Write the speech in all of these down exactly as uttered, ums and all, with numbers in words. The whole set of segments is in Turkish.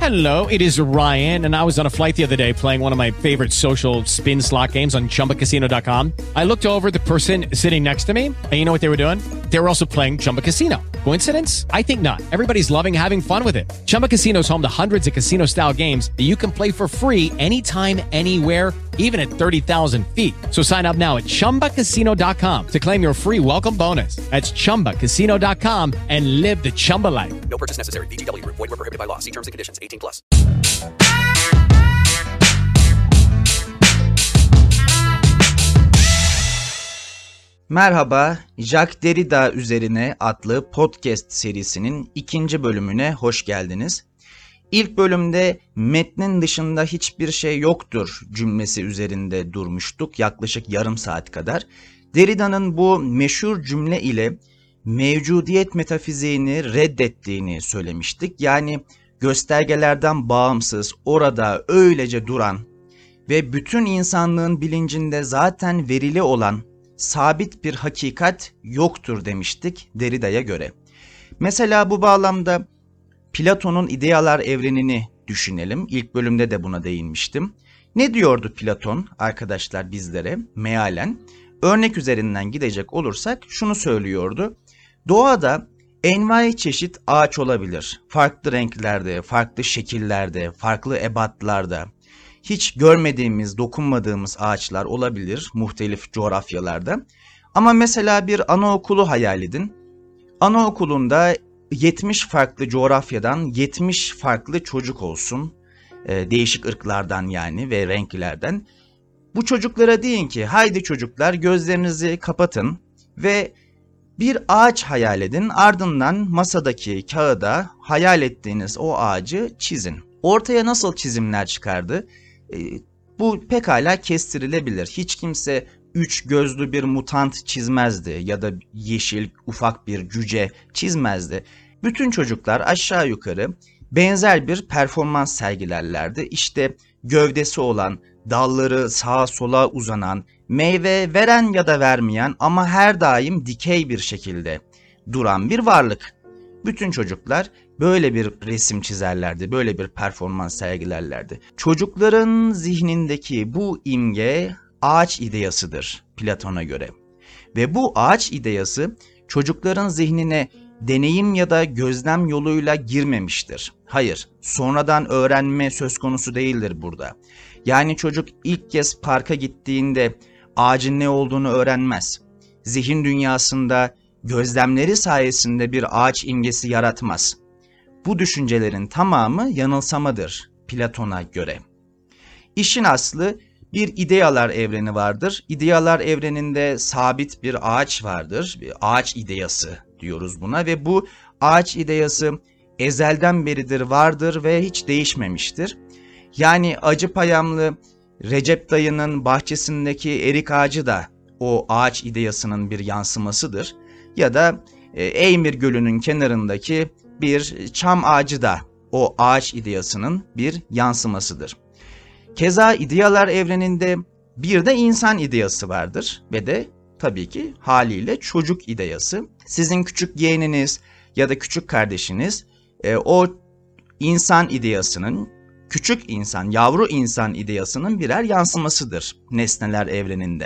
Hello, it is Ryan, and I was on a flight the other day playing one of my favorite social spin slot games on Chumba Casino dot com. I looked over at the person sitting next to me, and you know what they were doing? They were also playing Chumba Casino. Coincidence? I think not. Everybody's loving having fun with it. Chumba Casino is home to hundreds of casino-style games that you can play for free anytime, anywhere, even at thirty thousand feet. So sign up now at Chumba Casino dot com to claim your free welcome bonus. That's Chumba Casino dot com and live the Chumba life. No purchase necessary. V G W. Void where prohibited by law. See terms and conditions. eighteen plus. Merhaba, Jacques Derrida üzerine adlı podcast serisinin ikinci bölümüne hoş geldiniz. İlk bölümde metnin dışında hiçbir şey yoktur cümlesi üzerinde durmuştuk yaklaşık yarım saat kadar. Derrida'nın bu meşhur cümle ile mevcudiyet metafiziğini reddettiğini söylemiştik. Yani göstergelerden bağımsız, orada öylece duran ve bütün insanlığın bilincinde zaten verili olan sabit bir hakikat yoktur demiştik Derrida'ya göre. Mesela bu bağlamda Platon'un idealar evrenini düşünelim. İlk bölümde de buna değinmiştim. Ne diyordu Platon arkadaşlar bizlere mealen? Örnek üzerinden gidecek olursak şunu söylüyordu. Doğada envai çeşit ağaç olabilir. Farklı renklerde, farklı şekillerde, farklı ebatlarda. Hiç görmediğimiz, dokunmadığımız ağaçlar olabilir muhtelif coğrafyalarda. Ama mesela bir anaokulu hayal edin. Anaokulunda yetmiş farklı coğrafyadan yetmiş farklı çocuk olsun. E, değişik ırklardan yani ve renklerden. Bu çocuklara deyin ki haydi çocuklar gözlerinizi kapatın ve bir ağaç hayal edin. Ardından masadaki kağıda hayal ettiğiniz o ağacı çizin. Ortaya nasıl çizimler çıkardı? E, bu pekala kestirilebilir. Hiç kimse üç gözlü bir mutant çizmezdi ya da yeşil ufak bir cüce çizmezdi. Bütün çocuklar aşağı yukarı benzer bir performans sergilerlerdi. İşte gövdesi olan, dalları sağa sola uzanan, meyve veren ya da vermeyen ama her daim dikey bir şekilde duran bir varlık. Bütün çocuklar böyle bir resim çizerlerdi, böyle bir performans sergilerlerdi. Çocukların zihnindeki bu imge ağaç ideyasıdır Platon'a göre. Ve bu ağaç ideyası çocukların zihnine deneyim ya da gözlem yoluyla girmemiştir. Hayır, sonradan öğrenme söz konusu değildir burada. Yani çocuk ilk kez parka gittiğinde ağacın ne olduğunu öğrenmez. Zihin dünyasında gözlemleri sayesinde bir ağaç imgesi yaratmaz. Bu düşüncelerin tamamı yanılsamadır Platon'a göre. İşin aslı bir idealar evreni vardır. İdealar evreninde sabit bir ağaç vardır. Bir ağaç ideyası diyoruz buna ve bu ağaç ideyası ezelden beridir vardır ve hiç değişmemiştir. Yani Acıpayamlı Recep dayının bahçesindeki erik ağacı da o ağaç ideyasının bir yansımasıdır. Ya da Eymir Gölü'nün kenarındaki bir çam ağacı da o ağaç ideyasının bir yansımasıdır. Keza idealar evreninde bir de insan ideyası vardır ve de tabii ki haliyle çocuk ideyası. Sizin küçük yeğeniniz ya da küçük kardeşiniz e, o insan ideyasının, küçük insan, yavru insan ideyasının birer yansımasıdır nesneler evreninde.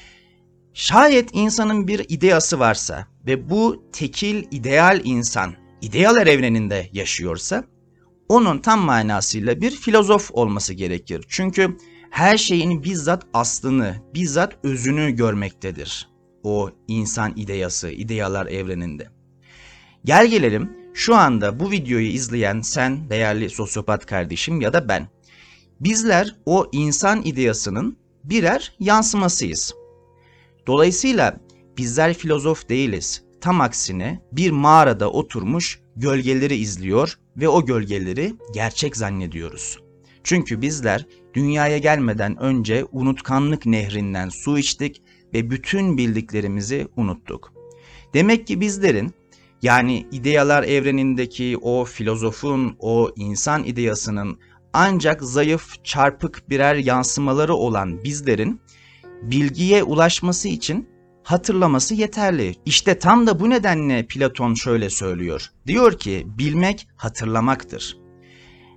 Şayet insanın bir ideyası varsa ve bu tekil ideal insan idealar evreninde yaşıyorsa onun tam manasıyla bir filozof olması gerekir. Çünkü her şeyin bizzat aslını, bizzat özünü görmektedir o insan ideyası, idealar evreninde. Gel gelelim şu anda bu videoyu izleyen sen değerli sosyopat kardeşim ya da ben. Bizler o insan ideyasının birer yansımasıyız. Dolayısıyla bizler filozof değiliz. Tam aksine bir mağarada oturmuş gölgeleri izliyor ve o gölgeleri gerçek zannediyoruz. Çünkü bizler dünyaya gelmeden önce unutkanlık nehrinden su içtik ve bütün bildiklerimizi unuttuk. Demek ki bizlerin yani idealar evrenindeki o filozofun, o insan ideyasının ancak zayıf, çarpık birer yansımaları olan bizlerin bilgiye ulaşması için hatırlaması yeterli. İşte tam da bu nedenle Platon şöyle söylüyor. Diyor ki bilmek hatırlamaktır.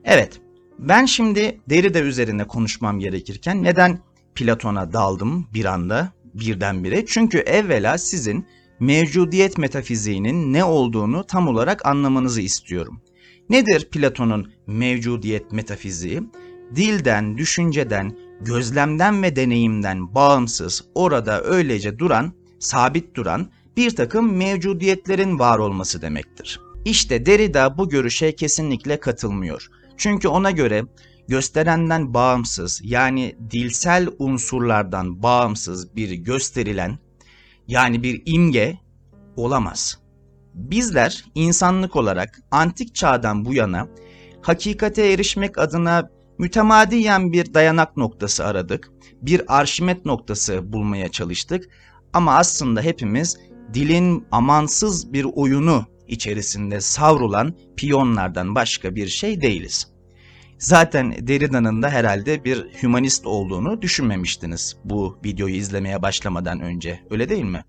Evet, ben şimdi Derrida üzerine konuşmam gerekirken neden Platon'a daldım bir anda birdenbire? Çünkü evvela sizin mevcudiyet metafiziğinin ne olduğunu tam olarak anlamanızı istiyorum. Nedir Platon'un mevcudiyet metafiziği? Dilden, düşünceden, gözlemden ve deneyimden bağımsız, orada öylece duran, sabit duran bir takım mevcudiyetlerin var olması demektir. İşte Derrida bu görüşe kesinlikle katılmıyor. Çünkü ona göre gösterenden bağımsız, yani dilsel unsurlardan bağımsız bir gösterilen, yani bir imge olamaz. Bizler insanlık olarak antik çağdan bu yana hakikate erişmek adına mütemadiyen bir dayanak noktası aradık, bir arşimet noktası bulmaya çalıştık ama aslında hepimiz dilin amansız bir oyunu içerisinde savrulan piyonlardan başka bir şey değiliz. Zaten Derrida'nın da herhalde bir hümanist olduğunu düşünmemiştiniz bu videoyu izlemeye başlamadan önce, öyle değil mi?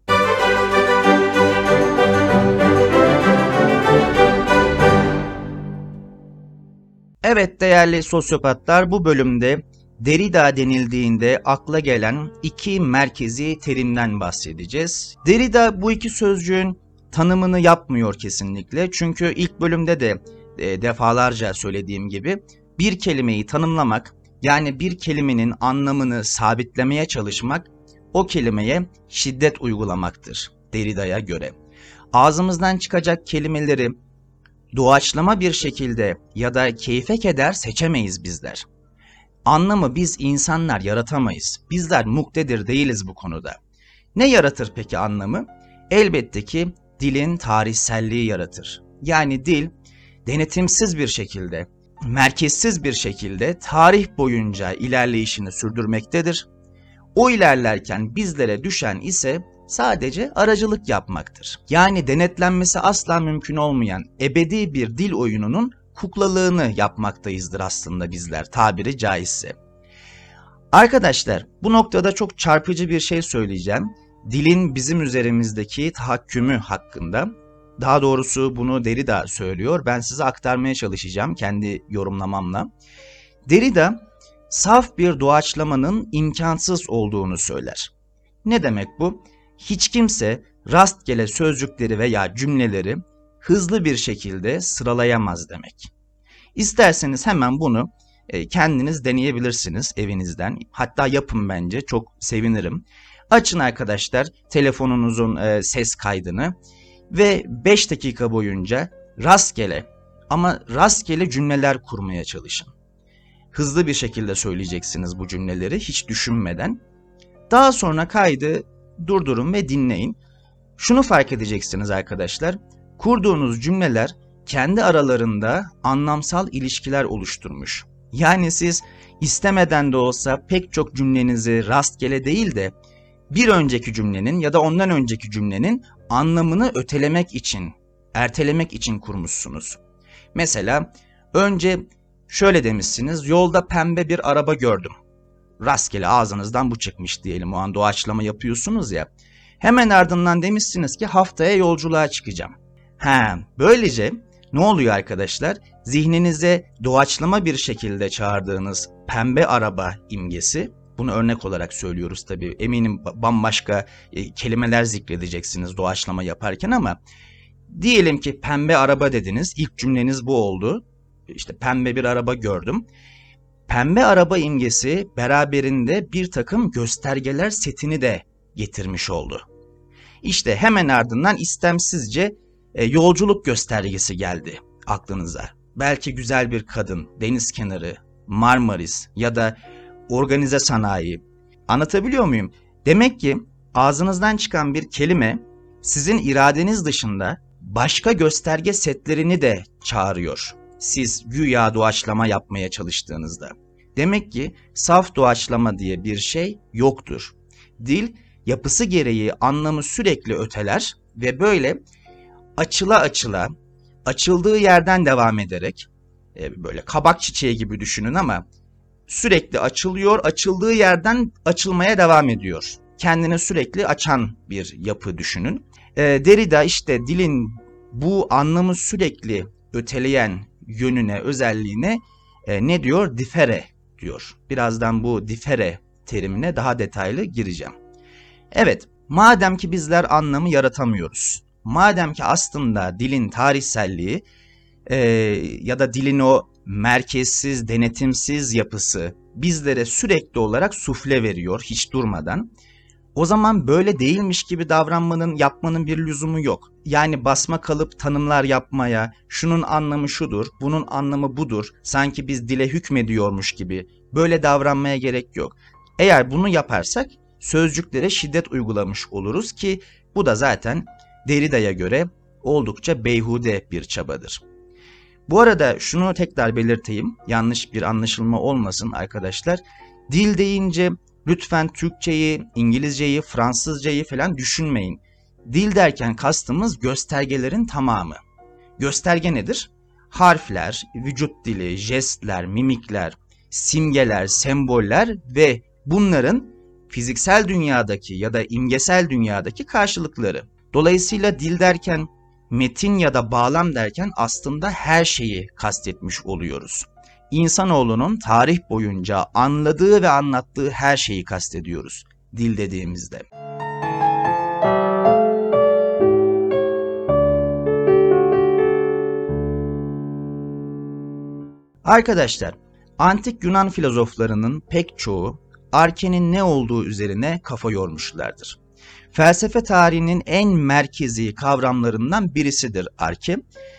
Evet değerli sosyopatlar, bu bölümde Derrida denildiğinde akla gelen iki merkezi terimden bahsedeceğiz. Derrida bu iki sözcüğün tanımını yapmıyor kesinlikle. Çünkü ilk bölümde de e, defalarca söylediğim gibi bir kelimeyi tanımlamak, yani bir kelimenin anlamını sabitlemeye çalışmak, o kelimeye şiddet uygulamaktır Derrida'ya göre. Ağzımızdan çıkacak kelimeleri doğaçlama bir şekilde ya da keyfe keder seçemeyiz bizler. Anlamı biz insanlar yaratamayız. Bizler muktedir değiliz bu konuda. Ne yaratır peki anlamı? Elbette ki dilin tarihselliği yaratır. Yani dil denetimsiz bir şekilde, merkezsiz bir şekilde tarih boyunca ilerleyişini sürdürmektedir. O ilerlerken bizlere düşen ise sadece aracılık yapmaktır. Yani denetlenmesi asla mümkün olmayan ebedi bir dil oyununun kuklalığını yapmaktayızdır aslında bizler, tabiri caizse. Arkadaşlar, bu noktada çok çarpıcı bir şey söyleyeceğim. Dilin bizim üzerimizdeki tahakkümü hakkında. Daha doğrusu bunu Derrida söylüyor. Ben size aktarmaya çalışacağım kendi yorumlamamla. Derrida saf bir doğaçlamanın imkansız olduğunu söyler. Ne demek bu? Hiç kimse rastgele sözcükleri veya cümleleri hızlı bir şekilde sıralayamaz demek. İsterseniz hemen bunu kendiniz deneyebilirsiniz evinizden. Hatta yapın bence, çok sevinirim. Açın arkadaşlar telefonunuzun ses kaydını ve beş dakika boyunca rastgele ama rastgele cümleler kurmaya çalışın. Hızlı bir şekilde söyleyeceksiniz bu cümleleri hiç düşünmeden. Daha sonra kaydı durdurun ve dinleyin. Şunu fark edeceksiniz arkadaşlar. Kurduğunuz cümleler kendi aralarında anlamsal ilişkiler oluşturmuş. Yani siz istemeden de olsa pek çok cümlenizi rastgele değil de bir önceki cümlenin ya da ondan önceki cümlenin anlamını ötelemek için, ertelemek için kurmuşsunuz. Mesela önce şöyle demişsiniz: yolda pembe bir araba gördüm. Rastgele ağzınızdan bu çıkmış diyelim, o an doğaçlama yapıyorsunuz ya. Hemen ardından demişsiniz ki haftaya yolculuğa çıkacağım. Ha, böylece ne oluyor arkadaşlar? Zihninize doğaçlama bir şekilde çağırdığınız pembe araba imgesi, bunu örnek olarak söylüyoruz tabii. Eminim bambaşka e, kelimeler zikredeceksiniz doğaçlama yaparken ama diyelim ki pembe araba dediniz. İlk cümleniz bu oldu. İşte pembe bir araba gördüm. Pembe araba imgesi beraberinde bir takım göstergeler setini de getirmiş oldu. İşte hemen ardından istemsizce e, yolculuk göstergesi geldi aklınıza. Belki güzel bir kadın, deniz kenarı, Marmaris ya da organize sanayi. Anlatabiliyor muyum? Demek ki ağzınızdan çıkan bir kelime sizin iradeniz dışında başka gösterge setlerini de çağırıyor. Siz güya doğaçlama yapmaya çalıştığınızda. Demek ki saf doğaçlama diye bir şey yoktur. Dil yapısı gereği anlamı sürekli öteler ve böyle açıla açıla, açıldığı yerden devam ederek, böyle kabak çiçeği gibi düşünün ama sürekli açılıyor, açıldığı yerden açılmaya devam ediyor. Kendini sürekli açan bir yapı düşünün. E, Derrida işte dilin bu anlamı sürekli öteleyen yönüne, özelliğine E, ne diyor? Differe diyor. Birazdan bu differe terimine daha detaylı gireceğim. Evet, madem ki bizler anlamı yaratamıyoruz, madem ki aslında dilin tarihselliği e, ya da dilin o merkezsiz, denetimsiz yapısı bizlere sürekli olarak sufle veriyor hiç durmadan, o zaman böyle değilmiş gibi davranmanın, yapmanın bir lüzumu yok. Yani basma kalıp tanımlar yapmaya, şunun anlamı şudur, bunun anlamı budur, sanki biz dile hükmediyormuş gibi böyle davranmaya gerek yok. Eğer bunu yaparsak sözcüklere şiddet uygulamış oluruz ki bu da zaten Derrida'ya göre oldukça beyhude bir çabadır. Bu arada şunu tekrar belirteyim, yanlış bir anlaşılma olmasın arkadaşlar. Dil deyince lütfen Türkçeyi, İngilizceyi, Fransızcayı falan düşünmeyin. Dil derken kastımız göstergelerin tamamı. Gösterge nedir? Harfler, vücut dili, jestler, mimikler, simgeler, semboller ve bunların fiziksel dünyadaki ya da imgesel dünyadaki karşılıkları. Dolayısıyla dil derken, metin ya da bağlam derken aslında her şeyi kastetmiş oluyoruz. İnsanoğlunun tarih boyunca anladığı ve anlattığı her şeyi kastediyoruz dil dediğimizde. Arkadaşlar, antik Yunan filozoflarının pek çoğu arkenin ne olduğu üzerine kafa yormuşlardır. Felsefe tarihinin en merkezi kavramlarından birisidir arke.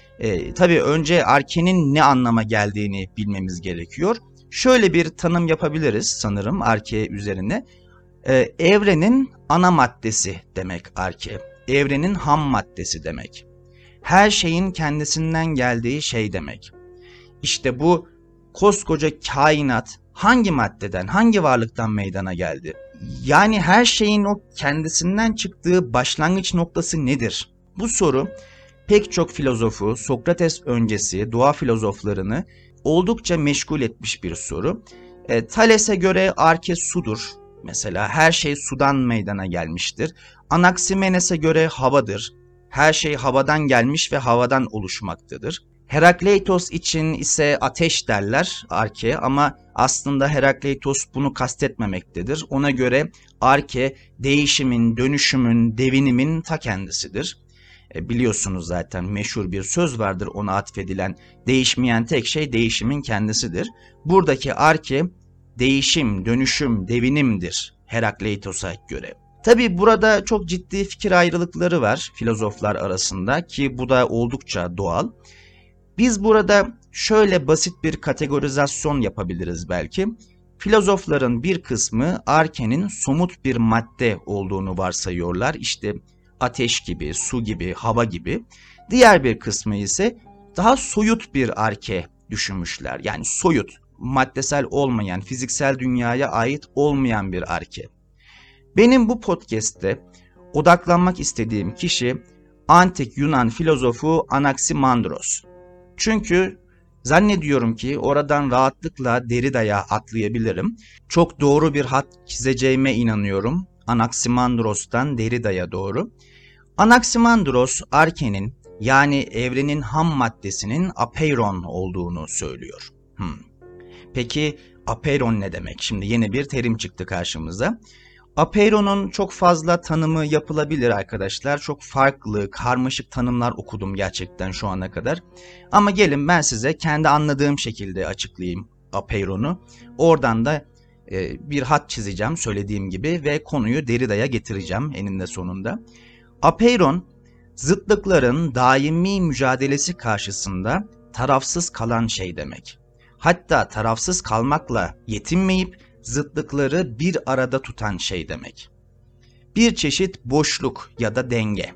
E, tabii önce arkenin ne anlama geldiğini bilmemiz gerekiyor. Şöyle bir tanım yapabiliriz sanırım arke üzerine. E, evrenin ana maddesi demek arke. Evrenin ham maddesi demek. Her şeyin kendisinden geldiği şey demek. İşte bu koskoca kainat hangi maddeden, hangi varlıktan meydana geldi? Yani her şeyin o kendisinden çıktığı başlangıç noktası nedir? Bu soru pek çok filozofu, Sokrates öncesi doğa filozoflarını oldukça meşgul etmiş bir soru. E, Thales'e göre arke sudur. Mesela her şey sudan meydana gelmiştir. Anaximenes'e göre havadır. Her şey havadan gelmiş ve havadan oluşmaktadır. Herakleitos için ise ateş derler arke ama aslında Herakleitos bunu kastetmemektedir. Ona göre arke değişimin, dönüşümün, devinimin ta kendisidir. E, biliyorsunuz zaten meşhur bir söz vardır ona atfedilen, değişmeyen tek şey değişimin kendisidir. Buradaki arke değişim, dönüşüm, devinimdir Herakleitos'a göre. Tabi burada çok ciddi fikir ayrılıkları var filozoflar arasında ki bu da oldukça doğal. Biz burada şöyle basit bir kategorizasyon yapabiliriz belki. Filozofların bir kısmı arkenin somut bir madde olduğunu varsayıyorlar. İşte ateş gibi, su gibi, hava gibi. Diğer bir kısmı ise daha soyut bir arke düşünmüşler. Yani soyut, maddesel olmayan, fiziksel dünyaya ait olmayan bir arke. Benim bu podcast'te odaklanmak istediğim kişi antik Yunan filozofu Anaximandros. Çünkü zannediyorum ki oradan rahatlıkla Derrida'ya atlayabilirim. Çok doğru bir hat çizeceğime inanıyorum. Anaximandros'tan Derrida'ya doğru. Anaximandros arkenin yani evrenin ham maddesinin apeiron olduğunu söylüyor. Hmm. Peki apeiron ne demek? Şimdi yeni bir terim çıktı karşımıza. Apeiron'un çok fazla tanımı yapılabilir arkadaşlar. Çok farklı, karmaşık tanımlar okudum gerçekten şu ana kadar. Ama gelin ben size kendi anladığım şekilde açıklayayım apeiron'u. Oradan da e, bir hat çizeceğim söylediğim gibi ve konuyu Derrida'ya getireceğim eninde sonunda. Apeiron, zıtlıkların daimi mücadelesi karşısında tarafsız kalan şey demek. Hatta tarafsız kalmakla yetinmeyip zıtlıkları bir arada tutan şey demek. Bir çeşit boşluk ya da denge.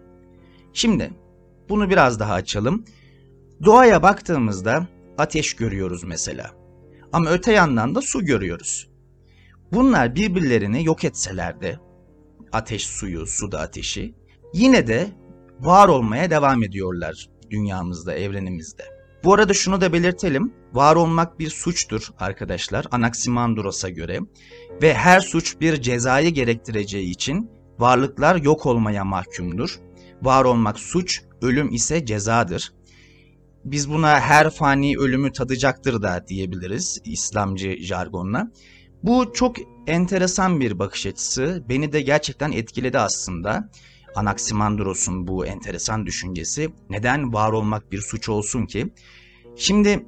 Şimdi bunu biraz daha açalım. Doğaya baktığımızda ateş görüyoruz mesela. Ama öte yandan da su görüyoruz. Bunlar birbirlerini yok etseler de, ateş suyu, su da ateşi, yine de var olmaya devam ediyorlar dünyamızda, evrenimizde. Bu arada şunu da belirtelim, var olmak bir suçtur arkadaşlar Anaximandros'a göre ve her suç bir cezayı gerektireceği için varlıklar yok olmaya mahkumdur. Var olmak suç, ölüm ise cezadır. biz buna her fani ölümü tadacaktır da diyebiliriz İslamcı jargonla. Bu çok enteresan bir bakış açısı. Beni de gerçekten etkiledi aslında. Anaximandros'un bu enteresan düşüncesi. Neden var olmak bir suç olsun ki? Şimdi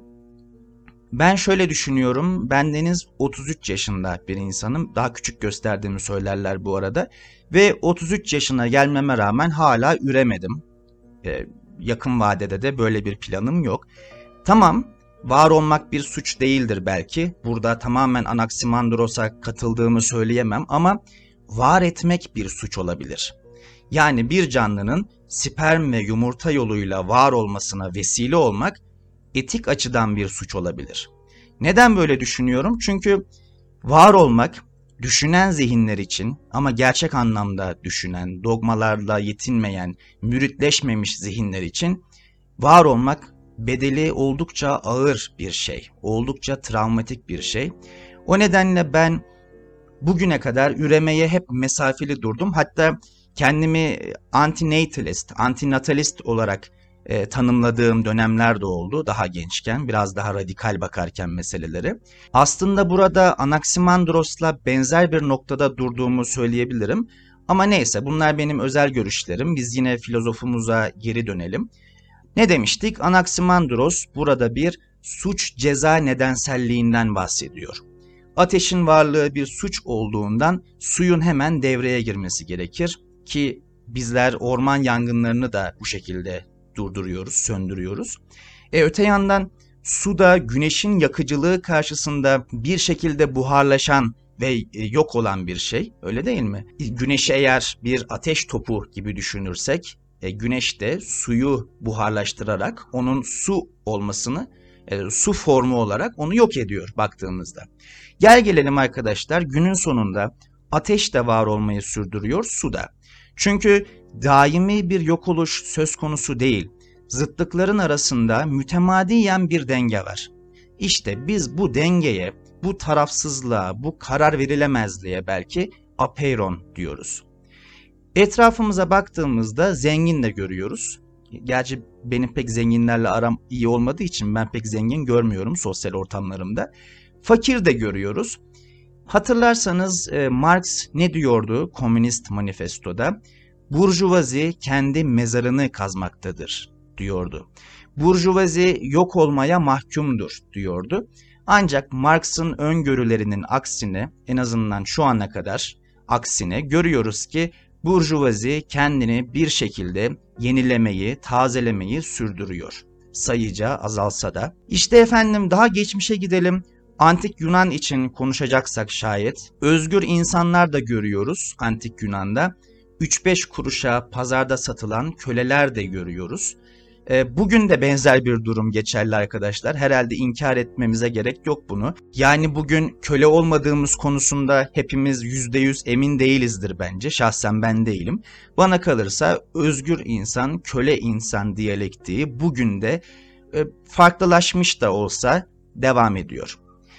ben şöyle düşünüyorum. Bendeniz otuz üç yaşında bir insanım. Daha küçük gösterdiğimi söylerler bu arada. Ve otuz üç yaşına gelmeme rağmen hala üremedim. Ee, yakın vadede de böyle bir planım yok. Tamam, var olmak bir suç değildir belki. Burada tamamen Anaximandros'a katıldığımı söyleyemem ama var etmek bir suç olabilir. Yani bir canlının sperm ve yumurta yoluyla var olmasına vesile olmak etik açıdan bir suç olabilir. Neden böyle düşünüyorum? Çünkü var olmak düşünen zihinler için ama gerçek anlamda düşünen, dogmalarla yetinmeyen, müritleşmemiş zihinler için var olmak bedeli oldukça ağır bir şey, oldukça travmatik bir şey. O nedenle ben bugüne kadar üremeye hep mesafeli durdum. Hatta kendimi antinatalist, antinatalist olarak e, tanımladığım dönemler de oldu daha gençken, biraz daha radikal bakarken meselelere. Aslında burada Anaximandros'la benzer bir noktada durduğumu söyleyebilirim. Ama neyse, bunlar benim özel görüşlerim. Biz yine filozofumuza geri dönelim. Ne demiştik? Anaximandros burada bir suç ceza nedenselliğinden bahsediyor. Ateşin varlığı bir suç olduğundan suyun hemen devreye girmesi gerekir ki bizler orman yangınlarını da bu şekilde durduruyoruz, söndürüyoruz. E öte yandan su da güneşin yakıcılığı karşısında bir şekilde buharlaşan ve yok olan bir şey, öyle değil mi? Güneşi eğer bir ateş topu gibi düşünürsek, e, güneş de suyu buharlaştırarak onun su olmasını, e, su formu olarak onu yok ediyor baktığımızda. Gel gelelim arkadaşlar, günün sonunda ateş de var olmayı sürdürüyor, su da. Çünkü daimi bir yok oluş söz konusu değil. Zıtlıkların arasında mütemadiyen bir denge var. İşte biz bu dengeye, bu tarafsızlığa, bu karar verilemezliğe belki apeiron diyoruz. Etrafımıza baktığımızda zengin de görüyoruz. Gerçi benim pek zenginlerle aram iyi olmadığı için ben pek zengin görmüyorum sosyal ortamlarımda. Fakir de görüyoruz. Hatırlarsanız e, Marx ne diyordu Komünist Manifesto'da? Burjuvazi kendi mezarını kazmaktadır diyordu. Burjuvazi yok olmaya mahkumdur diyordu. Ancak Marx'ın öngörülerinin aksine, en azından şu ana kadar aksine görüyoruz ki burjuvazi kendini bir şekilde yenilemeyi, tazelemeyi sürdürüyor. Sayıca azalsa da. İşte efendim, daha geçmişe gidelim. Antik Yunan için konuşacaksak şayet, özgür insanlar da görüyoruz Antik Yunan'da. üç beş kuruşa pazarda satılan köleler de görüyoruz. Bugün de benzer bir durum geçerli arkadaşlar. Herhalde inkar etmemize gerek yok bunu. Yani bugün köle olmadığımız konusunda hepimiz yüzde yüz emin değilizdir bence. Şahsen ben değilim. Bana kalırsa özgür insan, köle insan diyalektiği bugün de farklılaşmış da olsa devam ediyor.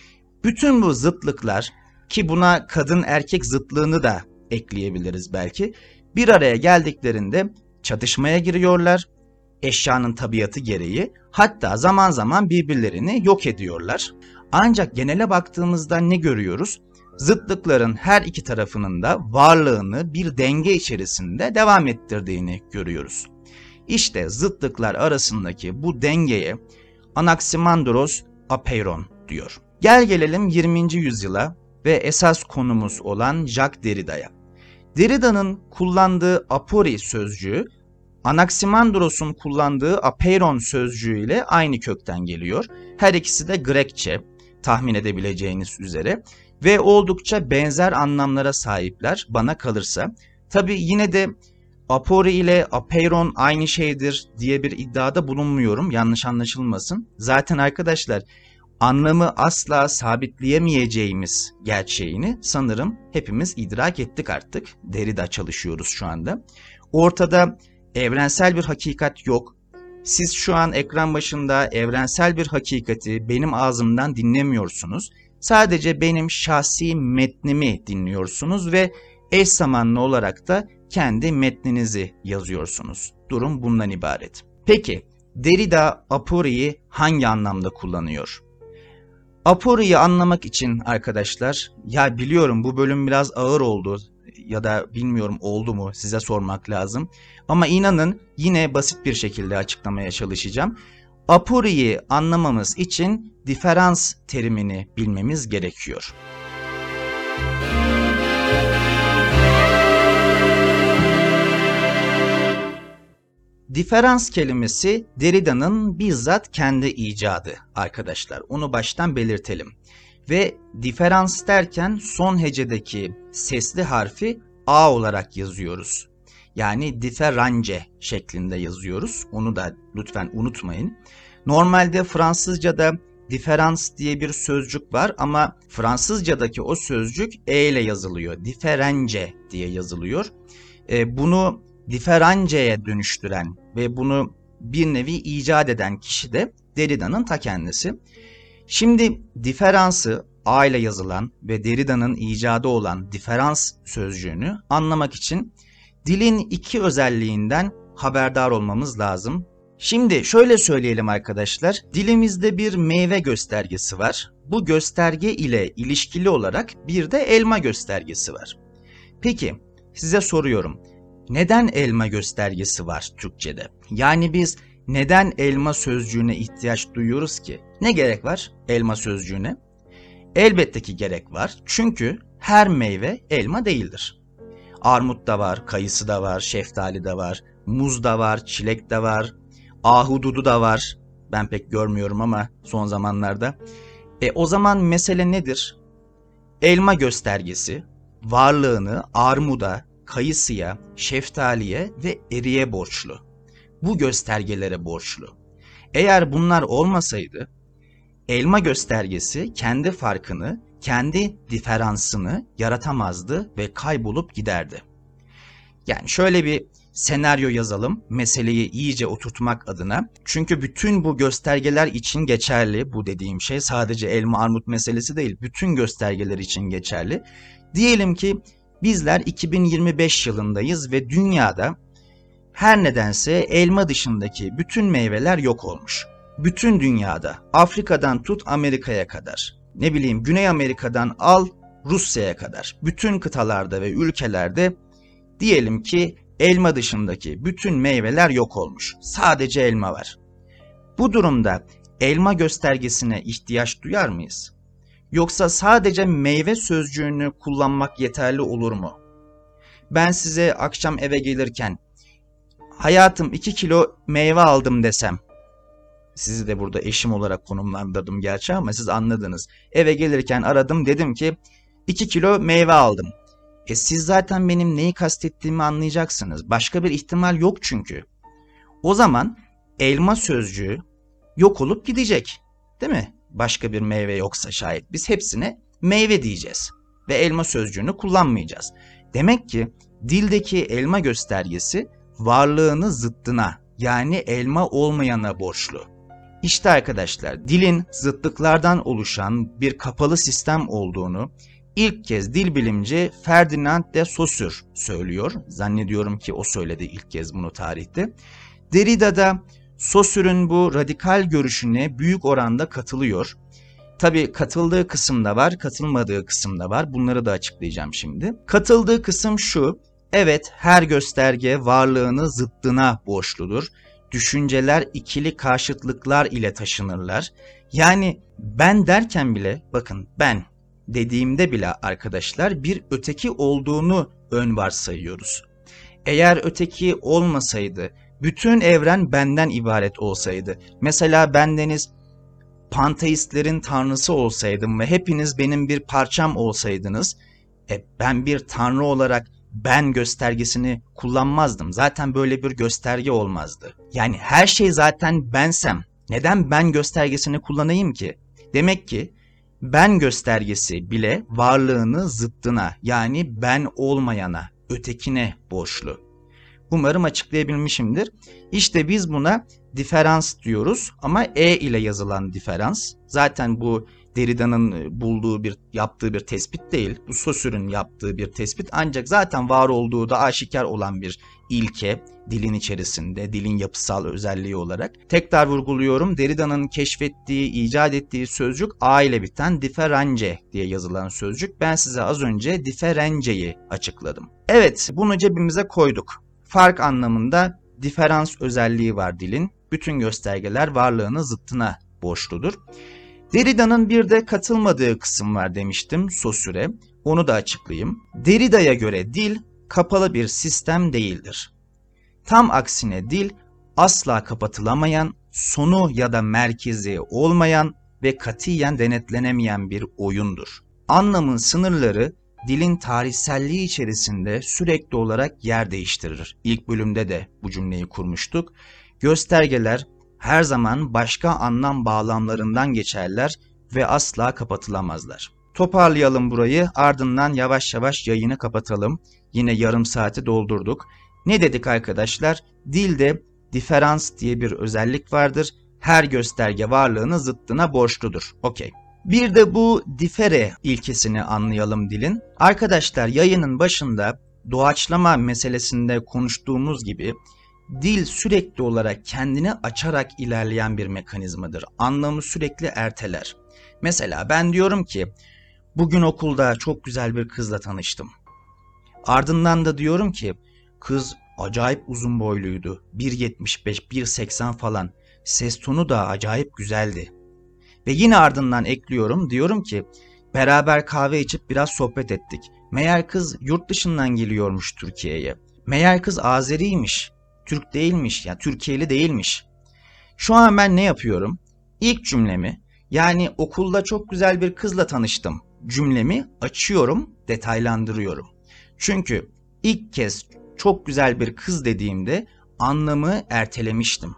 Bütün bu zıtlıklar, ki buna kadın erkek zıtlığını da ekleyebiliriz belki, bir araya geldiklerinde çatışmaya giriyorlar. Eşyanın tabiatı gereği, hatta zaman zaman birbirlerini yok ediyorlar. Ancak genele baktığımızda ne görüyoruz? Zıtlıkların her iki tarafının da varlığını bir denge içerisinde devam ettirdiğini görüyoruz. İşte zıtlıklar arasındaki bu dengeye Anaximandros apeiron diyor. Gel gelelim yirminci yüzyıla ve esas konumuz olan Jacques Derrida'ya. Derrida'nın kullandığı apori sözcüğü Anaximandros'un kullandığı apeiron sözcüğü ile aynı kökten geliyor. Her ikisi de Grekçe, tahmin edebileceğiniz üzere, ve oldukça benzer anlamlara sahipler bana kalırsa. Tabi yine de apori ile apeiron aynı şeydir diye bir iddiada bulunmuyorum, yanlış anlaşılmasın. Zaten arkadaşlar, anlamı asla sabitleyemeyeceğimiz gerçeğini sanırım hepimiz idrak ettik artık. Derrida çalışıyoruz şu anda. Ortada evrensel bir hakikat yok. Siz şu an ekran başında evrensel bir hakikati benim ağzımdan dinlemiyorsunuz. Sadece benim şahsi metnimi dinliyorsunuz ve eş zamanlı olarak da kendi metninizi yazıyorsunuz. Durum bundan ibaret. Peki, Derrida a priori'yi hangi anlamda kullanıyor? A priori'yi anlamak için arkadaşlar, ya biliyorum bu bölüm biraz ağır oldu ya da bilmiyorum oldu mu, size sormak lazım. Ama inanın yine basit bir şekilde açıklamaya çalışacağım. A priori'yi anlamamız için diferans terimini bilmemiz gerekiyor. Diferans kelimesi Derrida'nın bizzat kendi icadı arkadaşlar. Onu baştan belirtelim. Ve diferans derken son hecedeki sesli harfi A olarak yazıyoruz. Yani diferance şeklinde yazıyoruz. Onu da lütfen unutmayın. Normalde Fransızca'da diferans diye bir sözcük var ama Fransızca'daki o sözcük E ile yazılıyor. Diference diye yazılıyor. E, bunu diferance'ye dönüştüren ve bunu bir nevi icat eden kişi de Derrida'nın ta kendisi. Şimdi diferansı A ile yazılan ve Derrida'nın icadı olan diferans sözcüğünü anlamak için dilin iki özelliğinden haberdar olmamız lazım. Şimdi şöyle söyleyelim arkadaşlar, dilimizde bir meyve göstergesi var. Bu gösterge ile ilişkili olarak bir de elma göstergesi var. Peki size soruyorum, neden elma göstergesi var Türkçe'de? Yani biz neden elma sözcüğüne ihtiyaç duyuyoruz ki? Ne gerek var elma sözcüğüne? Elbette ki gerek var. Çünkü her meyve elma değildir. Armut da var, kayısı da var, şeftali de var, muz da var, çilek de var, ahududu da var. Ben pek görmüyorum ama son zamanlarda. E o zaman mesele nedir? Elma göstergesi varlığını armuda, kayısıya, şeftaliye ve eriye borçlu. Bu göstergelere borçlu. Eğer bunlar olmasaydı, elma göstergesi kendi farkını, kendi diferansını yaratamazdı ve kaybolup giderdi. Yani şöyle bir senaryo yazalım, meseleyi iyice oturtmak adına. Çünkü bütün bu göstergeler için geçerli, bu dediğim şey sadece elma armut meselesi değil, bütün göstergeler için geçerli. Diyelim ki bizler iki bin yirmi beş yılındayız ve dünyada her nedense elma dışındaki bütün meyveler yok olmuş. Bütün dünyada, Afrika'dan tut Amerika'ya kadar, ne bileyim Güney Amerika'dan al Rusya'ya kadar, bütün kıtalarda ve ülkelerde diyelim ki elma dışındaki bütün meyveler yok olmuş. Sadece elma var. Bu durumda elma göstergesine ihtiyaç duyar mıyız? Yoksa sadece meyve sözcüğünü kullanmak yeterli olur mu? Ben size akşam eve gelirken hayatım iki kilo meyve aldım desem, sizi de burada eşim olarak konumlandırdım gerçi ama siz anladınız. Eve gelirken aradım, dedim ki iki kilo meyve aldım. E siz zaten benim neyi kastettiğimi anlayacaksınız. Başka bir ihtimal yok çünkü. O zaman elma sözcüğü yok olup gidecek. Değil mi? Başka bir meyve yoksa şayet biz hepsine meyve diyeceğiz ve elma sözcüğünü kullanmayacağız. Demek ki dildeki elma göstergesi varlığını zıttına, yani elma olmayana borçlu. İşte arkadaşlar, dilin zıtlıklardan oluşan bir kapalı sistem olduğunu ilk kez dil bilimci Ferdinand de Saussure söylüyor. Zannediyorum ki o söyledi ilk kez bunu tarihte. Derrida da Saussure'ün bu radikal görüşüne büyük oranda katılıyor. Tabii katıldığı kısımda var, katılmadığı kısımda var. Bunları da açıklayacağım şimdi. Katıldığı kısım şu: evet, her gösterge varlığını zıttına borçludur. Düşünceler ikili karşıtlıklar ile taşınırlar. Yani ben derken bile, bakın ben dediğimde bile arkadaşlar bir öteki olduğunu ön varsayıyoruz. Eğer öteki olmasaydı, bütün evren benden ibaret olsaydı, mesela bendeniz panteistlerin tanrısı olsaydım ve hepiniz benim bir parçam olsaydınız, e, ben bir tanrı olarak ben göstergesini kullanmazdım. Zaten böyle bir gösterge olmazdı. Yani her şey zaten bensem, neden ben göstergesini kullanayım ki? Demek ki ben göstergesi bile varlığını zıttına, yani ben olmayana, ötekine borçlu. Umarım açıklayabilmişimdir. İşte biz buna diferans diyoruz ama E ile yazılan diferans. Zaten bu Derrida'nın bulduğu bir, yaptığı bir tespit değil. Bu Saussure'un yaptığı bir tespit, ancak zaten var olduğu da aşikar olan bir ilke dilin içerisinde, dilin yapısal özelliği olarak. Tekrar vurguluyorum, Derrida'nın keşfettiği, icat ettiği sözcük A ile biten difference diye yazılan sözcük. Ben size az önce difference'yi açıkladım. Evet, bunu cebimize koyduk. Fark anlamında diferans özelliği var dilin. Bütün göstergeler varlığını zıttına borçludur. Derrida'nın bir de katılmadığı kısım var demiştim Saussure. Onu da açıklayayım. Derrida'ya göre dil kapalı bir sistem değildir. Tam aksine dil asla kapatılamayan, sonu ya da merkezi olmayan ve katiyen denetlenemeyen bir oyundur. Anlamın sınırları dilin tarihselliği içerisinde sürekli olarak yer değiştirir. İlk bölümde de bu cümleyi kurmuştuk. Göstergeler her zaman başka anlam bağlamlarından geçerler ve asla kapatılamazlar. Toparlayalım burayı, ardından yavaş yavaş yayını kapatalım. Yine yarım saati doldurduk. Ne dedik arkadaşlar? Dilde diferans diye bir özellik vardır. Her gösterge varlığını zıttına borçludur. Okey. Bir de bu differe ilkesini anlayalım dilin. Arkadaşlar, yayının başında doğaçlama meselesinde konuştuğumuz gibi dil sürekli olarak kendini açarak ilerleyen bir mekanizmadır. Anlamı sürekli erteler. Mesela ben diyorum ki bugün okulda çok güzel bir kızla tanıştım. Ardından da diyorum ki kız acayip uzun boyluydu. bir yetmiş beş, bir seksen falan. Ses tonu da acayip güzeldi. Ve yine ardından ekliyorum, diyorum ki beraber kahve içip biraz sohbet ettik. Meğer kız yurt dışından geliyormuş Türkiye'ye. Meğer kız Azeriymiş, Türk değilmiş, yani Türkiye'li değilmiş. Şu an ben ne yapıyorum? İlk cümlemi, yani okulda çok güzel bir kızla tanıştım cümlemi açıyorum, detaylandırıyorum. Çünkü ilk kez çok güzel bir kız dediğimde anlamı ertelemiştim.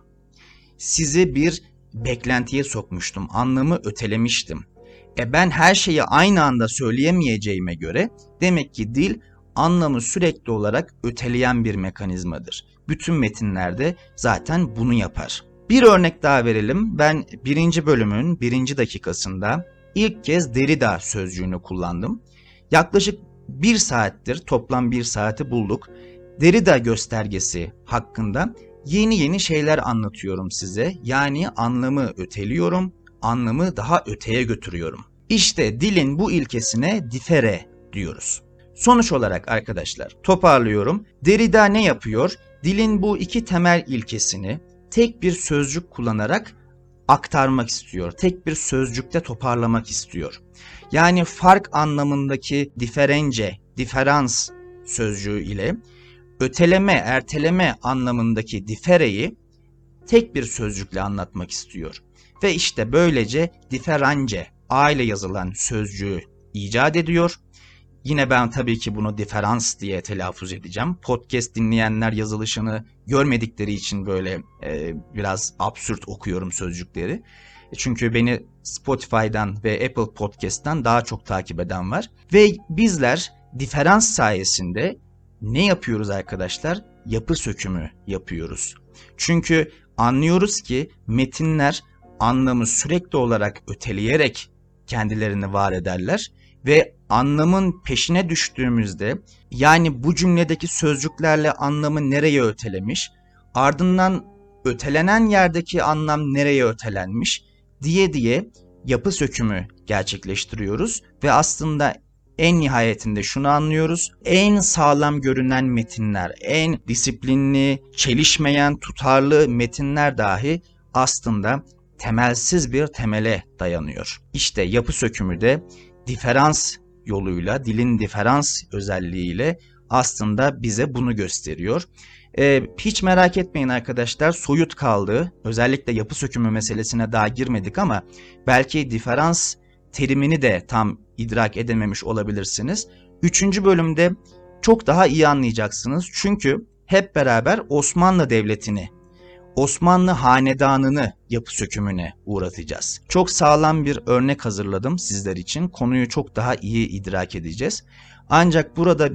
Sizi bir beklentiye sokmuştum, anlamı ötelemiştim. E ben her şeyi aynı anda söyleyemeyeceğime göre demek ki dil anlamı sürekli olarak öteleyen bir mekanizmadır. Bütün metinlerde zaten bunu yapar. Bir örnek daha verelim. Ben birinci bölümün birinci dakikasında ilk kez Derrida sözcüğünü kullandım. Yaklaşık bir saattir, toplam bir saati bulduk. Derrida göstergesi hakkında yeni yeni şeyler anlatıyorum size. Yani anlamı öteliyorum, anlamı daha öteye götürüyorum. İşte dilin bu ilkesine differe diyoruz. Sonuç olarak arkadaşlar toparlıyorum. Derrida ne yapıyor? Dilin bu iki temel ilkesini tek bir sözcük kullanarak aktarmak istiyor. Tek bir sözcükte toparlamak istiyor. Yani fark anlamındaki difference, diferans sözcüğü ile öteleme, erteleme anlamındaki differe'yi tek bir sözcükle anlatmak istiyor. Ve işte böylece difference, A ile yazılan sözcüğü icat ediyor. Yine ben tabii ki bunu diferans diye telaffuz edeceğim. Podcast dinleyenler yazılışını görmedikleri için böyle e, biraz absürt okuyorum sözcükleri. Çünkü beni Spotify'dan ve Apple Podcast'tan daha çok takip eden var. Ve bizler diferans sayesinde ne yapıyoruz arkadaşlar? Yapı sökümü yapıyoruz. Çünkü anlıyoruz ki metinler anlamı sürekli olarak öteleyerek kendilerini var ederler. Ve anlamın peşine düştüğümüzde, yani bu cümledeki sözcüklerle anlamı nereye ötelemiş, ardından ötelenen yerdeki anlam nereye ötelenmiş diye diye yapı sökümü gerçekleştiriyoruz. Ve aslında en nihayetinde şunu anlıyoruz: en sağlam görünen metinler, en disiplinli, çelişmeyen, tutarlı metinler dahi aslında temelsiz bir temele dayanıyor. İşte yapı sökümü de diferans yoluyla, dilin diferans özelliğiyle aslında bize bunu gösteriyor. Ee, hiç merak etmeyin arkadaşlar, soyut kaldı. Özellikle yapı sökümü meselesine daha girmedik ama belki diferans terimini de tam idrak edememiş olabilirsiniz. Üçüncü bölümde çok daha iyi anlayacaksınız. Çünkü hep beraber Osmanlı Devleti'ni, Osmanlı hanedanını yapı sökümüne uğratacağız. Çok sağlam bir örnek hazırladım sizler için. Konuyu çok daha iyi idrak edeceğiz. Ancak burada bir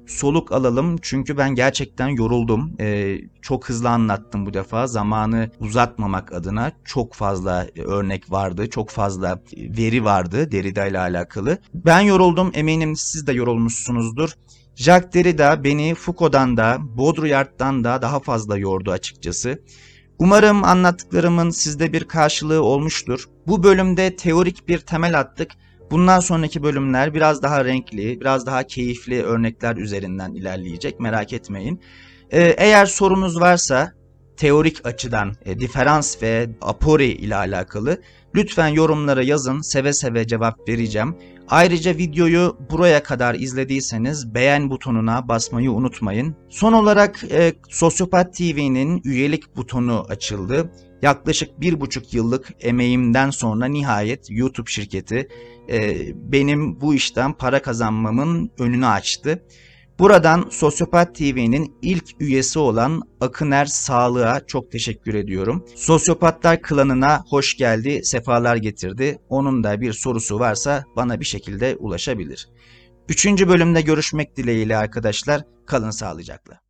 soluk alalım çünkü ben gerçekten yoruldum. Ee, çok hızlı anlattım bu defa. Zamanı uzatmamak adına çok fazla örnek vardı, çok fazla veri vardı Derrida ile alakalı. Ben yoruldum, eminim siz de yorulmuşsunuzdur. Jacques Derrida beni Foucault'dan da, Baudrillard'dan da daha fazla yordu açıkçası. Umarım anlattıklarımın sizde bir karşılığı olmuştur. Bu bölümde teorik bir temel attık. Bundan sonraki bölümler biraz daha renkli, biraz daha keyifli örnekler üzerinden ilerleyecek. Merak etmeyin. Ee, eğer sorunuz varsa teorik açıdan e, diferans ve apori ile alakalı lütfen yorumlara yazın. Seve seve cevap vereceğim. Ayrıca videoyu buraya kadar izlediyseniz beğen butonuna basmayı unutmayın. Son olarak e, Sosyopat T V'nin üyelik butonu açıldı. Yaklaşık bir buçuk yıllık emeğimden sonra nihayet YouTube şirketi e, benim bu işten para kazanmamın önünü açtı. Buradan Sosyopat T V'nin ilk üyesi olan Akıner Sağlık'a çok teşekkür ediyorum. Sosyopatlar klanına hoş geldi, sefalar getirdi. Onun da bir sorusu varsa bana bir şekilde ulaşabilir. Üçüncü bölümde görüşmek dileğiyle arkadaşlar. Kalın sağlıcakla.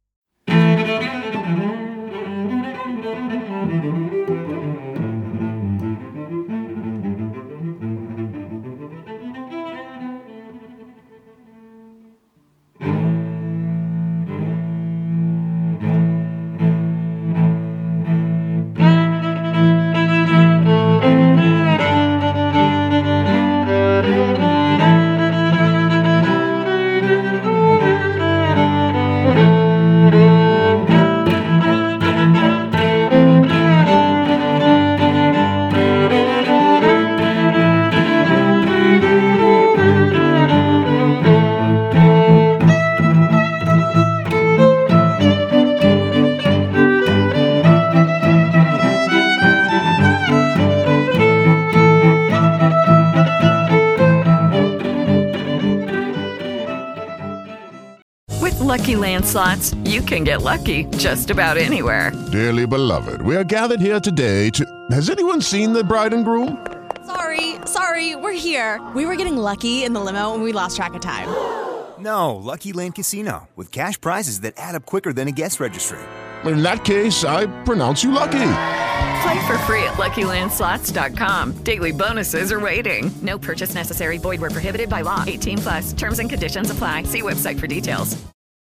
Lucky Land Slots, you can get lucky just about anywhere. Dearly beloved, we are gathered here today to... Has anyone seen the bride and groom? Sorry, sorry, we're here. We were getting lucky in the limo and we lost track of time. No, Lucky Land Casino, with cash prizes that add up quicker than a guest registry. In that case, I pronounce you lucky. Play for free at Lucky Land Slots dot com. Daily bonuses are waiting. No purchase necessary. Void where prohibited by law. eighteen plus. Terms and conditions apply. See website for details.